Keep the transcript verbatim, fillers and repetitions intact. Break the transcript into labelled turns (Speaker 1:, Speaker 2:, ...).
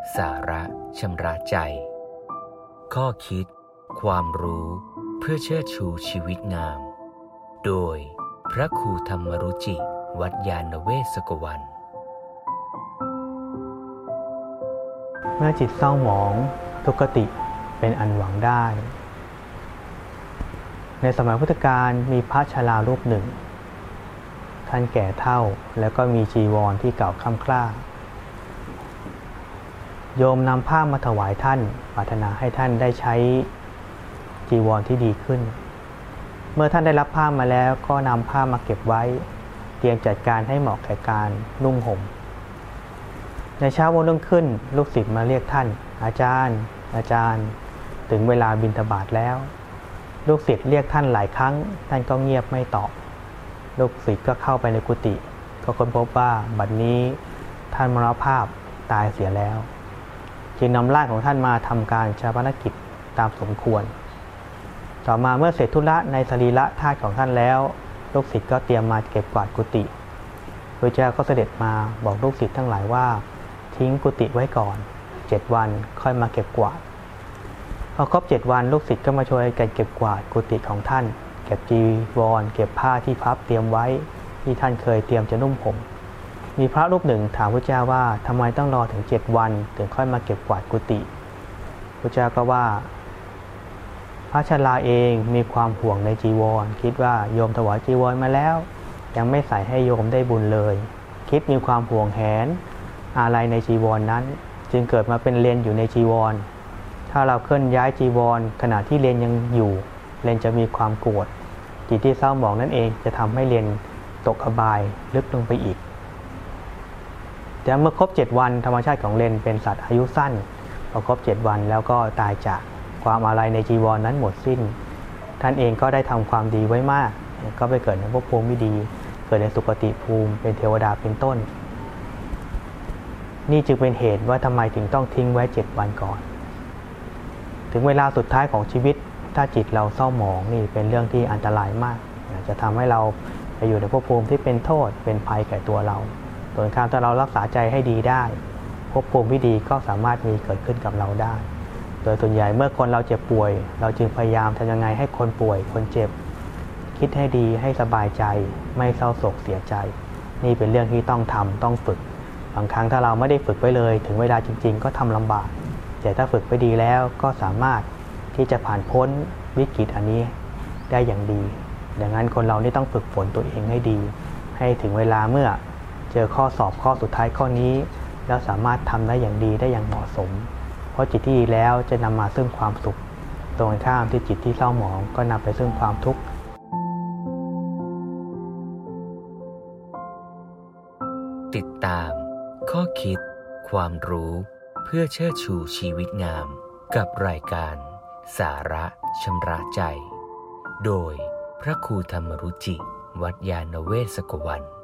Speaker 1: สาระชำระใจข้อคิดความรู้เพื่อเชิดชูชีวิตงามโดยพระครูธรรมรุจิวัดยานเวศกวัน
Speaker 2: เมื่อจิตเศร้าหมองทุกขติเป็นอันหวังได้ในสมัยพุทธกาลมีพระชรารูปหนึ่งท่านแก่เฒ่าแล้วก็มีจีวรที่เก่าคร่ำคร่าโยมนำผ้ามาถวายท่านปรารถนาให้ท่านได้ใช้จีวรที่ดีขึ้นเมื่อท่านได้รับผ้ามาแล้วก็นำผ้ามาเก็บไว้เตรียมจัดการให้เหมาะแก่การนุ่งห่มในเช้าวันรุ่งขึ้นลูกศิษย์มาเรียกท่านอาจารย์อาจารย์ถึงเวลาบิณฑบาตแล้วลูกศิษย์เรียกท่านหลายครั้งท่านก็เงียบไม่ตอบลูกศิษย์ก็เข้าไปในกุฏิก็ค้นพบว่าบัดนี้ท่านมรณภาพตายเสียแล้วจึงนำร่างของท่านมาทำการชาปนกิจตามสมควรต่อมาเมื่อเสร็จธุระในสรีระธาตุของท่านแล้วลูกศิษย์ก็เตรียมมาเก็บกวาดกุฏิพระเจ้าก็เสด็จมาบอกลูกศิษย์ทั้งหลายว่าทิ้งกุฏิไว้ก่อนเจ็ดวันค่อยมาเก็บกวาดพอครบเจ็ดวันลูกศิษย์ก็มาช่วยกันเก็บกวาดกุฏิของท่านเก็บจีวรเก็บผ้าที่พับเตรียมไว้ที่ท่านเคยเตรียมจะนุ่งห่มมีพระรูปหนึ่งถามพระเจ้าว่าทำไมต้องรอถึงเจ็ดวันถึงค่อยมาเก็บกวาดกุฏิพระเจ้าก็ว่าพระชราเองมีความห่วงในจีวรคิดว่าโยมถวายจีวรมาแล้วยังไม่ใส่ให้โยมได้บุญเลยคิดมีความห่วงแหนอะไรในจีวรนั้นจึงเกิดมาเป็นเลนอยู่ในจีวรถ้าเราเคลื่อนย้ายจีวรขณะที่เลนยังอยู่เลนจะมีความโกรธจิตที่เศร้าหมองนั่นเองจะทำให้เลนตกอบายลึกลงไปอีกแต่เมื่อครบเจ็ดวันธรรมชาติของเลนเป็นสัตว์อายุสั้นพอครบเจ็ดวันแล้วก็ตายจากความอาลัยในจีวร นั้นหมดสิ้นท่านเองก็ได้ทำความดีไว้มากก็ไปเกิดในภพภูมิที่ดีเกิดในสุคติภูมิเป็นเทวดาเป็นต้นนี่จึงเป็นเหตุว่าทำไมถึงต้องทิ้งไว้เจ็ดวันก่อนถึงเวลาสุดท้ายของชีวิตถ้าจิตเราเศร้าหมองนี่เป็นเรื่องที่อันตรายมากจะทำให้เราไปอยู่ในภพภูมิที่เป็นโทษเป็นภัยแก่ตัวเราโดยการถ้าเรารักษาใจให้ดีได้ภพภูมิที่ดีก็สามารถมีเกิดขึ้นกับเราได้โดยส่วนใหญ่เมื่อคนเราเจ็บป่วยเราจึงพยายามทำยังไงให้คนป่วยคนเจ็บคิดให้ดีให้สบายใจไม่เศร้าโศกเสียใจนี่เป็นเรื่องที่ต้องทำต้องฝึกบางครั้งถ้าเราไม่ได้ฝึกไว้เลยถึงเวลาจริงๆก็ทำลำบากแต่ถ้าฝึกไปดีแล้วก็สามารถที่จะผ่านพ้นวิกฤตอันนี้ได้อย่างดีดังนั้นคนเรานี่ต้องฝึกฝนตัวเองให้ดีให้ถึงเวลาเมื่อเจอข้อสอบข้อสุดท้ายข้อนี้แล้วสามารถทำได้อย่างดีได้อย่างเหมาะสมเพราะจิตที่ดีแล้วจะนำมาซึ่งความสุขตรงข้ามที่จิตที่เศร้าหมองก็นำไปซึ่งความทุกข์
Speaker 1: ติดตามข้อคิดความรู้เพื่อเชิดชูชีวิตงามกับรายการสาระชำระใจโดยพระครูธรรมรุจิวัดยานเวศกวัน